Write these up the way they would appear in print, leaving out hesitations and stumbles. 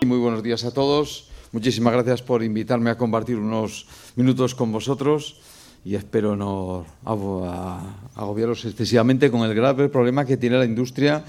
muy buenos días a todos. Muchísimas gracias por invitarme a compartir unos minutos con vosotros y espero no agobiaros excesivamente con el grave problema que tiene la industria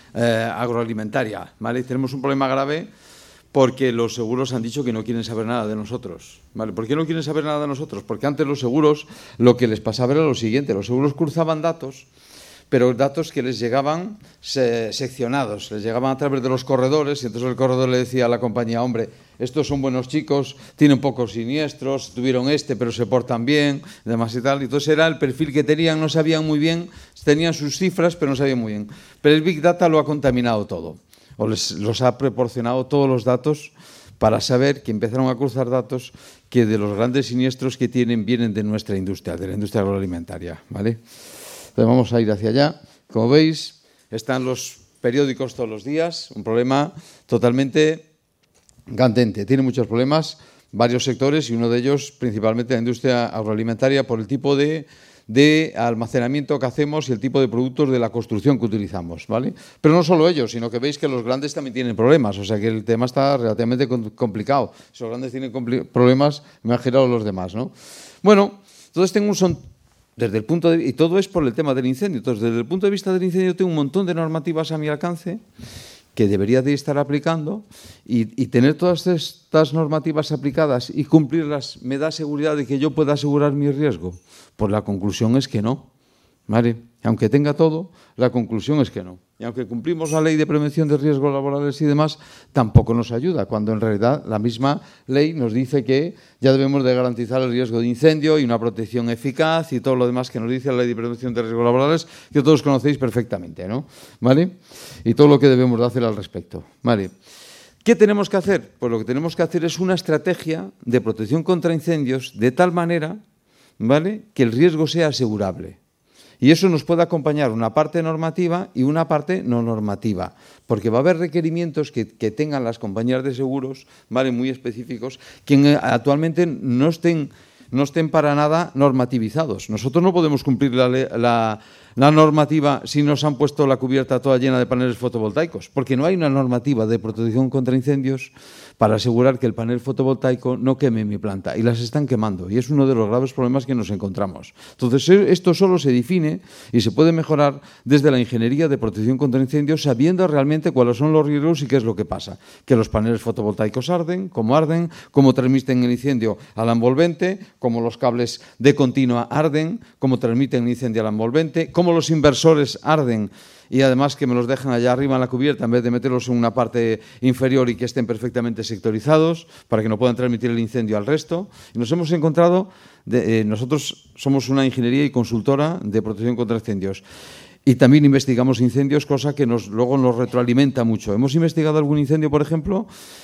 agroalimentaria, ¿vale? Tenemos un problema grave porque los seguros han dicho que no quieren saber nada de nosotros, ¿vale? ¿Por qué no quieren saber nada de nosotros? Porque antes los seguros lo que les pasaba era lo siguiente: los seguros cruzaban datos, pero datos que les llegaban seccionados, les llegaban a través de los corredores, y entonces el corredor le decía a la compañía: hombre, estos son buenos chicos, tienen pocos siniestros, tuvieron pero se portan bien, demás y tal. Y entonces era el perfil que tenían, no sabían muy bien, tenían sus cifras, pero no sabían muy bien. Pero el Big Data lo ha contaminado todo, o los ha proporcionado todos los datos para saber que empezaron a cruzar datos que de los grandes siniestros que tienen vienen de nuestra industria, de la industria agroalimentaria, ¿vale? Entonces vamos a ir hacia allá. Como veis, están los periódicos todos los días, un problema totalmente candente. Tiene muchos problemas, varios sectores, y uno de ellos principalmente la industria agroalimentaria por el tipo de almacenamiento que hacemos y el tipo de productos de la construcción que utilizamos, ¿vale? Pero no solo ellos, sino que veis que los grandes también tienen problemas, o sea que el tema está relativamente complicado. Si los grandes tienen problemas, imaginaos los demás, ¿no? Bueno, entonces desde el punto de, y todo es por el tema del incendio. Entonces, desde el punto de vista del incendio, tengo un montón de normativas a mi alcance que debería de estar aplicando, y tener todas estas normativas aplicadas y cumplirlas me da seguridad de que yo pueda asegurar mi riesgo. Pues la conclusión es que no, ¿vale? Aunque tenga todo, la conclusión es que no. Y aunque cumplimos la ley de prevención de riesgos laborales y demás, tampoco nos ayuda, cuando en realidad la misma ley nos dice que ya debemos de garantizar el riesgo de incendio y una protección eficaz y todo lo demás que nos dice la ley de prevención de riesgos laborales, que todos conocéis perfectamente, ¿no? ¿Vale? Y todo lo que debemos de hacer al respecto, ¿vale? ¿Qué tenemos que hacer? Pues lo que tenemos que hacer es una estrategia de protección contra incendios de tal manera, ¿vale?, que el riesgo sea asegurable. Y eso nos puede acompañar una parte normativa y una parte no normativa, porque va a haber requerimientos que tengan las compañías de seguros, ¿vale?, muy específicos, que actualmente no estén para nada normativizados. Nosotros no podemos cumplir la normativa si nos han puesto la cubierta toda llena de paneles fotovoltaicos, porque no hay una normativa de protección contra incendios para asegurar que el panel fotovoltaico no queme mi planta, y las están quemando, y es uno de los graves problemas que nos encontramos. Entonces, esto solo se define y se puede mejorar desde la ingeniería de protección contra incendios, sabiendo realmente cuáles son los riesgos y qué es lo que pasa. Que los paneles fotovoltaicos arden, cómo transmiten el incendio al envolvente, cómo los cables de continua arden, cómo transmiten el incendio al envolvente, cómo los inversores arden, y además que me los dejan allá arriba en la cubierta en vez de meterlos en una parte inferior y que estén perfectamente sectorizados para que no puedan transmitir el incendio al resto. Y nos hemos encontrado, nosotros somos una ingeniería y consultora de protección contra incendios, y también investigamos incendios, cosa que luego nos retroalimenta mucho. Hemos investigado algún incendio, por ejemplo,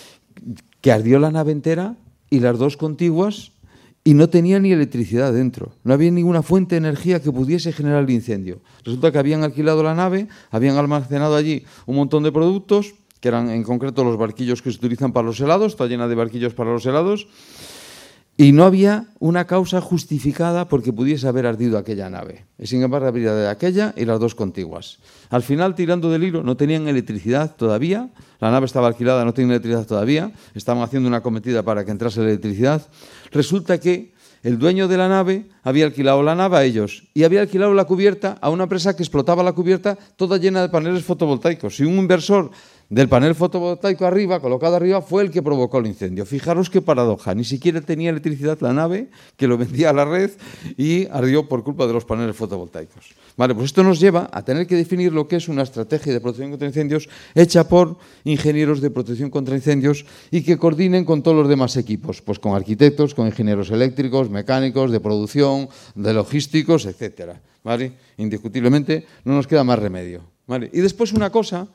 que ardió la nave entera y las dos contiguas, y no tenía ni electricidad dentro. No había ninguna fuente de energía que pudiese generar el incendio. Resulta que habían alquilado la nave, habían almacenado allí un montón de productos, que eran en concreto los barquillos que se utilizan para los helados, está llena de barquillos para los helados, y no había una causa justificada porque pudiese haber ardido aquella nave. Y sin embargo, había de aquella y las dos contiguas. Al final, tirando del hilo, no tenían electricidad todavía. La nave estaba alquilada, no tenían electricidad todavía. Estaban haciendo una acometida para que entrase la electricidad. Resulta que el dueño de la nave había alquilado la nave a ellos y había alquilado la cubierta a una empresa que explotaba la cubierta toda llena de paneles fotovoltaicos. Y un inversor del panel fotovoltaico colocado arriba, fue el que provocó el incendio. Fijaros qué paradoja, ni siquiera tenía electricidad la nave que lo vendía a la red y ardió por culpa de los paneles fotovoltaicos. Vale, pues esto nos lleva a tener que definir lo que es una estrategia de protección contra incendios hecha por ingenieros de protección contra incendios y que coordinen con todos los demás equipos, pues con arquitectos, con ingenieros eléctricos, mecánicos, de producción, de logísticos, etcétera. ¿Vale? Indiscutiblemente no nos queda más remedio. ¿Vale? Y después una cosa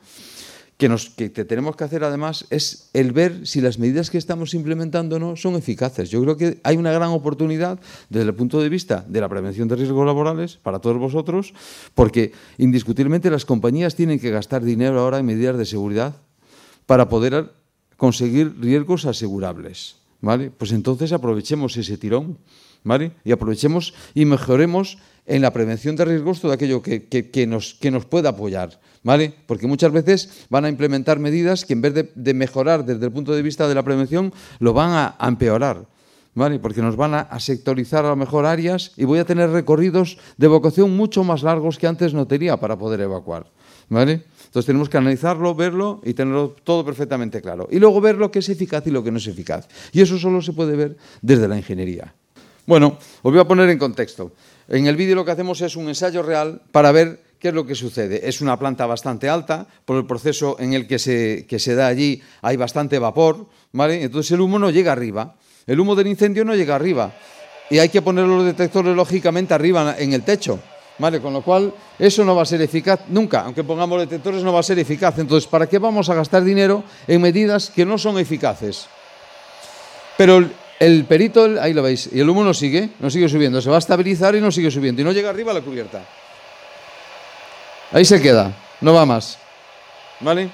que tenemos que hacer además es el ver si las medidas que estamos implementando no son eficaces. Yo creo que hay una gran oportunidad desde el punto de vista de la prevención de riesgos laborales para todos vosotros, porque indiscutiblemente las compañías tienen que gastar dinero ahora en medidas de seguridad para poder conseguir riesgos asegurables. ¿vale? Pues entonces aprovechemos ese tirón, ¿vale? Y aprovechemos y mejoremos en la prevención de riesgos todo aquello que nos pueda apoyar, ¿vale? Porque muchas veces van a implementar medidas que en vez de mejorar desde el punto de vista de la prevención, lo van a empeorar, ¿vale? Porque nos van a sectorizar a lo mejor áreas y voy a tener recorridos de evacuación mucho más largos que antes no tenía para poder evacuar, ¿vale? Entonces tenemos que analizarlo, verlo y tenerlo todo perfectamente claro. Y luego ver lo que es eficaz y lo que no es eficaz. Y eso solo se puede ver desde la ingeniería. Bueno, os voy a poner en contexto. En el vídeo lo que hacemos es un ensayo real para ver qué es lo que sucede. Es una planta bastante alta, por el proceso en el que se da allí hay bastante vapor, ¿vale? Entonces el humo no llega arriba. El humo del incendio no llega arriba. Y hay que poner los detectores, lógicamente, arriba en el techo, ¿vale? Con lo cual, eso no va a ser eficaz nunca. Aunque pongamos detectores, no va a ser eficaz. Entonces, ¿para qué vamos a gastar dinero en medidas que no son eficaces? Pero el perito, ahí lo veis, y el humo no sigue subiendo. Se va a estabilizar y no sigue subiendo. Y no llega arriba a la cubierta. Ahí se queda, no va más, ¿vale?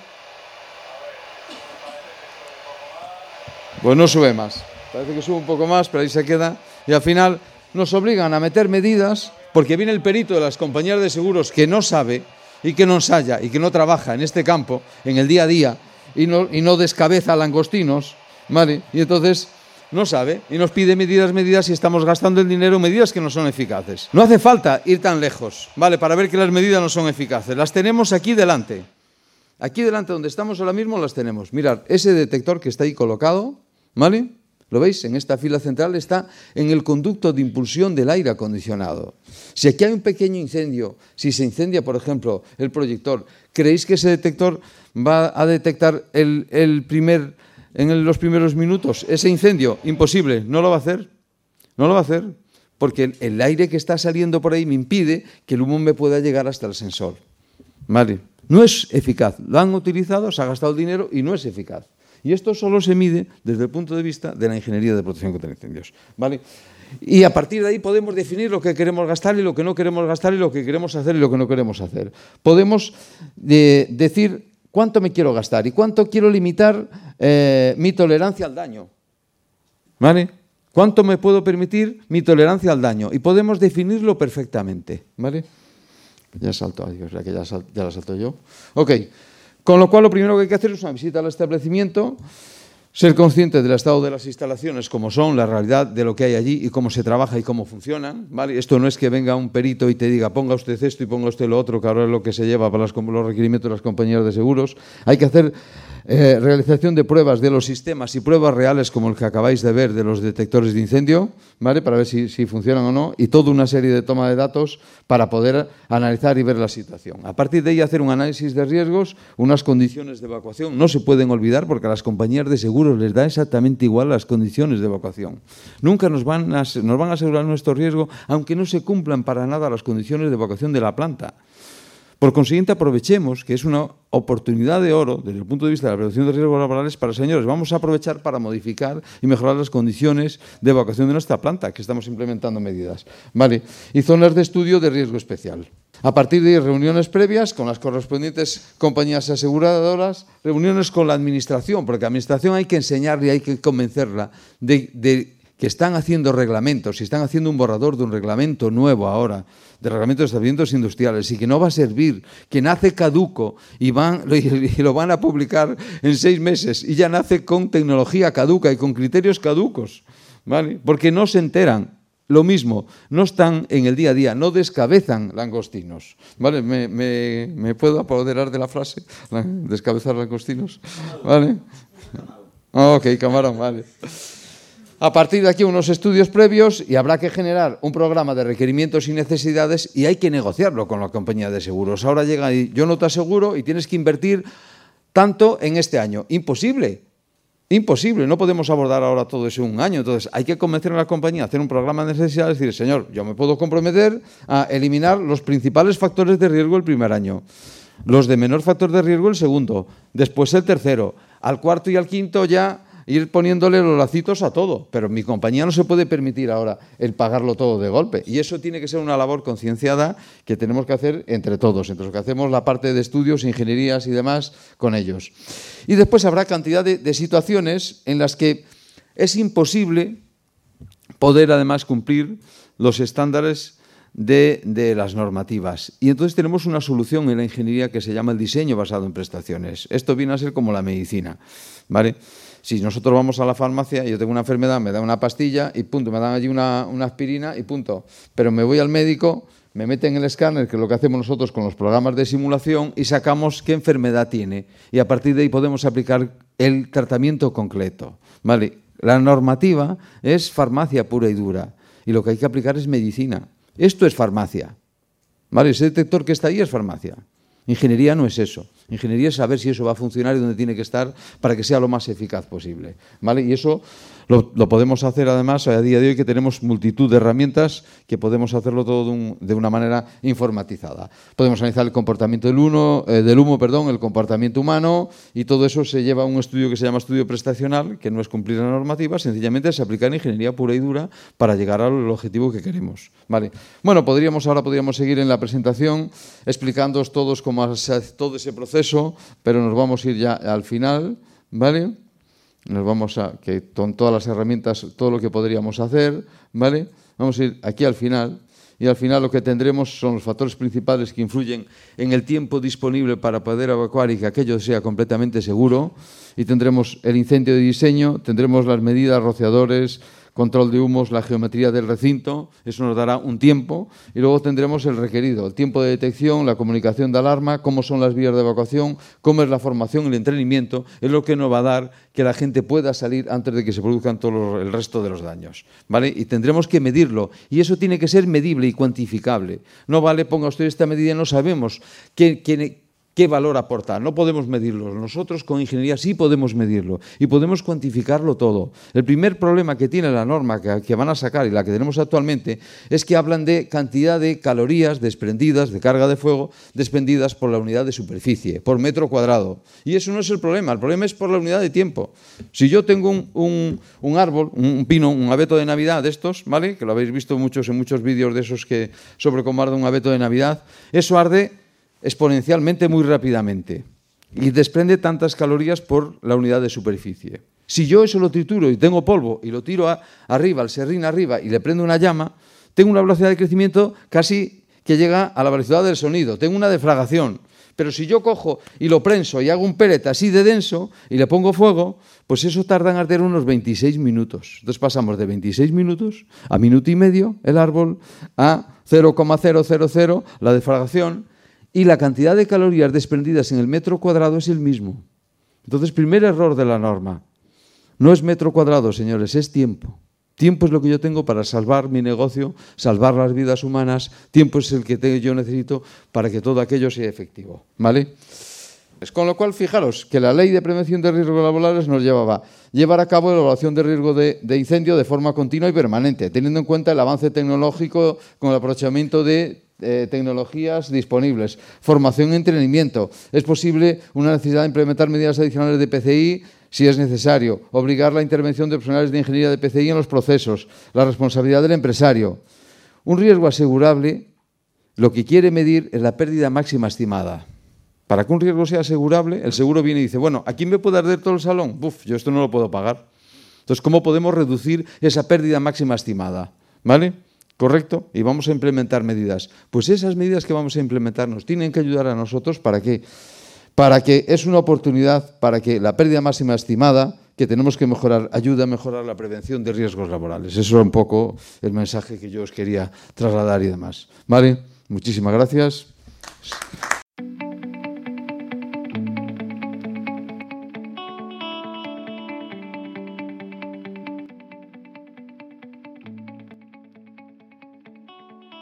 Pues no sube más. Parece que sube un poco más, pero ahí se queda. Y al final nos obligan a meter medidas, porque viene el perito de las compañías de seguros que no sabe y que no ensaya y que no trabaja en este campo, en el día a día, y no descabeza langostinos, ¿vale? Y entonces no sabe y nos pide medidas y estamos gastando el dinero en medidas que no son eficaces. No hace falta ir tan lejos, ¿vale? Para ver que las medidas no son eficaces. Las tenemos aquí delante. Aquí delante donde estamos ahora mismo las tenemos. Mirad, ese detector que está ahí colocado, ¿vale? ¿Lo veis? En esta fila central está en el conducto de impulsión del aire acondicionado. Si aquí hay un pequeño incendio, si se incendia, por ejemplo, el proyector, ¿creéis que ese detector va a detectar en los primeros minutos ese incendio? Imposible, no lo va a hacer. No lo va a hacer, porque el aire que está saliendo por ahí me impide que el humo me pueda llegar hasta el sensor. ¿Vale? No es eficaz. Lo han utilizado, se ha gastado el dinero y no es eficaz. Y esto solo se mide desde el punto de vista de la ingeniería de protección contra incendios, ¿vale? Y a partir de ahí podemos definir lo que queremos gastar y lo que no queremos gastar y lo que queremos hacer y lo que no queremos hacer. Podemos decir cuánto me quiero gastar y cuánto quiero limitar mi tolerancia al daño, ¿vale? ¿Cuánto me puedo permitir mi tolerancia al daño? Y podemos definirlo perfectamente, ¿vale? Ya salto, adiós, ya la salto yo. Ok. Con lo cual, lo primero que hay que hacer es una visita al establecimiento, ser consciente del estado de las instalaciones, cómo son, la realidad de lo que hay allí y cómo se trabaja y cómo funcionan, ¿vale? Esto no es que venga un perito y te diga ponga usted esto y ponga usted lo otro, que ahora es lo que se lleva para los requerimientos de las compañías de seguros. Hay que hacer realización de pruebas de los sistemas y pruebas reales como el que acabáis de ver de los detectores de incendio, ¿vale? Para ver si funcionan o no, y toda una serie de toma de datos para poder analizar y ver la situación. A partir de ahí hacer un análisis de riesgos, unas condiciones de evacuación. No se pueden olvidar porque a las compañías de seguros les da exactamente igual las condiciones de evacuación. Nunca nos van a asegurar nuestro riesgo aunque no se cumplan para nada las condiciones de evacuación de la planta. Por consiguiente, aprovechemos que es una oportunidad de oro desde el punto de vista de la prevención de riesgos laborales para señores. Vamos a aprovechar para modificar y mejorar las condiciones de evacuación de nuestra planta, que estamos implementando medidas. ¿Vale? Y zonas de estudio de riesgo especial. A partir de ahí, reuniones previas con las correspondientes compañías aseguradoras, reuniones con la administración, porque a la administración hay que enseñarle y hay que convencerla de que están haciendo reglamentos y están haciendo un borrador de un reglamento nuevo ahora, de reglamento de establecimientos industriales, y que no va a servir, que nace caduco y lo van a publicar en 6 meses y ya nace con tecnología caduca y con criterios caducos, ¿vale? Porque no se enteran. Lo mismo, no están en el día a día, no descabezan langostinos, ¿vale? ¿Me puedo apoderar de la frase? ¿Descabezar langostinos? ¿Vale? Ok, camarón, vale. A partir de aquí unos estudios previos y habrá que generar un programa de requerimientos y necesidades y hay que negociarlo con la compañía de seguros. Ahora llega y yo no te aseguro y tienes que invertir tanto en este año. Imposible, imposible. No podemos abordar ahora todo eso en un año. Entonces hay que convencer a la compañía a hacer un programa de necesidades y decir, señor, yo me puedo comprometer a eliminar los principales factores de riesgo el primer año, los de menor factor de riesgo el segundo, después el tercero, al cuarto y al quinto ya ir poniéndole los lacitos a todo, pero mi compañía no se puede permitir ahora el pagarlo todo de golpe. Y eso tiene que ser una labor concienciada que tenemos que hacer entre todos, entre los que hacemos la parte de estudios, ingenierías y demás con ellos. Y después habrá cantidad de situaciones en las que es imposible poder además cumplir los estándares de las normativas. Y entonces tenemos una solución en la ingeniería que se llama el diseño basado en prestaciones. Esto viene a ser como la medicina, ¿vale? Si nosotros vamos a la farmacia, yo tengo una enfermedad, me dan una pastilla y punto, me dan allí una aspirina y punto. Pero me voy al médico, me meten en el escáner, que es lo que hacemos nosotros con los programas de simulación, y sacamos qué enfermedad tiene. Y a partir de ahí podemos aplicar el tratamiento concreto, ¿vale? La normativa es farmacia pura y dura y lo que hay que aplicar es medicina. Esto es farmacia, ¿vale? Ese detector que está ahí es farmacia. Ingeniería no es eso. Ingeniería es saber si eso va a funcionar y dónde tiene que estar para que sea lo más eficaz posible, ¿vale? Y eso lo podemos hacer además a día de hoy que tenemos multitud de herramientas que podemos hacerlo todo de una manera informatizada. Podemos analizar el comportamiento del humo, el comportamiento humano, y todo eso se lleva a un estudio que se llama estudio prestacional, que no es cumplir la normativa, sencillamente es aplicar ingeniería pura y dura para llegar al objetivo que queremos, ¿vale? Bueno, ahora podríamos seguir en la presentación explicándoos todos cómo se hace todo ese proceso, pero nos vamos a ir ya al final, ¿vale? Nos vamos a, que con todas las herramientas, todo lo que podríamos hacer, ¿vale? Vamos a ir aquí al final, y al final lo que tendremos son los factores principales que influyen en el tiempo disponible para poder evacuar y que aquello sea completamente seguro, y tendremos el incendio de diseño, tendremos las medidas, rociadores, control de humos, la geometría del recinto, eso nos dará un tiempo, y luego tendremos el requerido, el tiempo de detección, la comunicación de alarma, cómo son las vías de evacuación, cómo es la formación y el entrenamiento, es lo que nos va a dar que la gente pueda salir antes de que se produzcan todo el resto de los daños, ¿vale? Y tendremos que medirlo, y eso tiene que ser medible y cuantificable. No vale, ponga usted esta medida y no sabemos qué valor aporta. No podemos medirlo. Nosotros con ingeniería sí podemos medirlo y podemos cuantificarlo todo. El primer problema que tiene la norma que van a sacar y la que tenemos actualmente es que hablan de cantidad de calorías desprendidas, de carga de fuego, desprendidas por la unidad de superficie, por metro cuadrado. Y eso no es el problema es por la unidad de tiempo. Si yo tengo un árbol, un pino, un abeto de Navidad de estos, ¿vale? Que lo habéis visto muchos en muchos vídeos de esos sobre cómo arde un abeto de Navidad, eso arde exponencialmente muy rápidamente y desprende tantas calorías por la unidad de superficie. Si yo eso lo trituro y tengo polvo y lo tiro arriba, al serrín arriba, y le prendo una llama, tengo una velocidad de crecimiento casi que llega a la velocidad del sonido, tengo una deflagración. Pero si yo cojo y lo prenso y hago un pellet así de denso y le pongo fuego, pues eso tarda en arder unos 26 minutos. Entonces pasamos de 26 minutos a minuto y medio el árbol a 0,000 la deflagración, y la cantidad de calorías desprendidas en el metro cuadrado es el mismo. Entonces, primer error de la norma. No es metro cuadrado, señores, es tiempo. Tiempo es lo que yo tengo para salvar mi negocio, salvar las vidas humanas. Tiempo es el que yo necesito para que todo aquello sea efectivo, ¿vale? Con lo cual, fijaros que la Ley de Prevención de Riesgos Laborales nos llevaba a llevar a cabo la evaluación de riesgo de incendio de forma continua y permanente, teniendo en cuenta el avance tecnológico con el aprovechamiento de tecnologías disponibles, formación y entrenamiento. Es posible una necesidad de implementar medidas adicionales de PCI si es necesario, obligar la intervención de profesionales de ingeniería de PCI en los procesos, la responsabilidad del empresario. Un riesgo asegurable lo que quiere medir es la pérdida máxima estimada. Para que un riesgo sea asegurable, el seguro viene y dice, bueno, ¿aquí me puede arder todo el salón? Yo esto no lo puedo pagar. Entonces, ¿cómo podemos reducir esa pérdida máxima estimada? ¿Vale? ¿Correcto? Y vamos a implementar medidas. Pues esas medidas que vamos a implementar nos tienen que ayudar a nosotros ¿para qué? Para que es una oportunidad para que la pérdida máxima estimada que tenemos que mejorar ayude a mejorar la prevención de riesgos laborales. Eso era un poco el mensaje que yo os quería trasladar y demás. ¿Vale? Muchísimas gracias.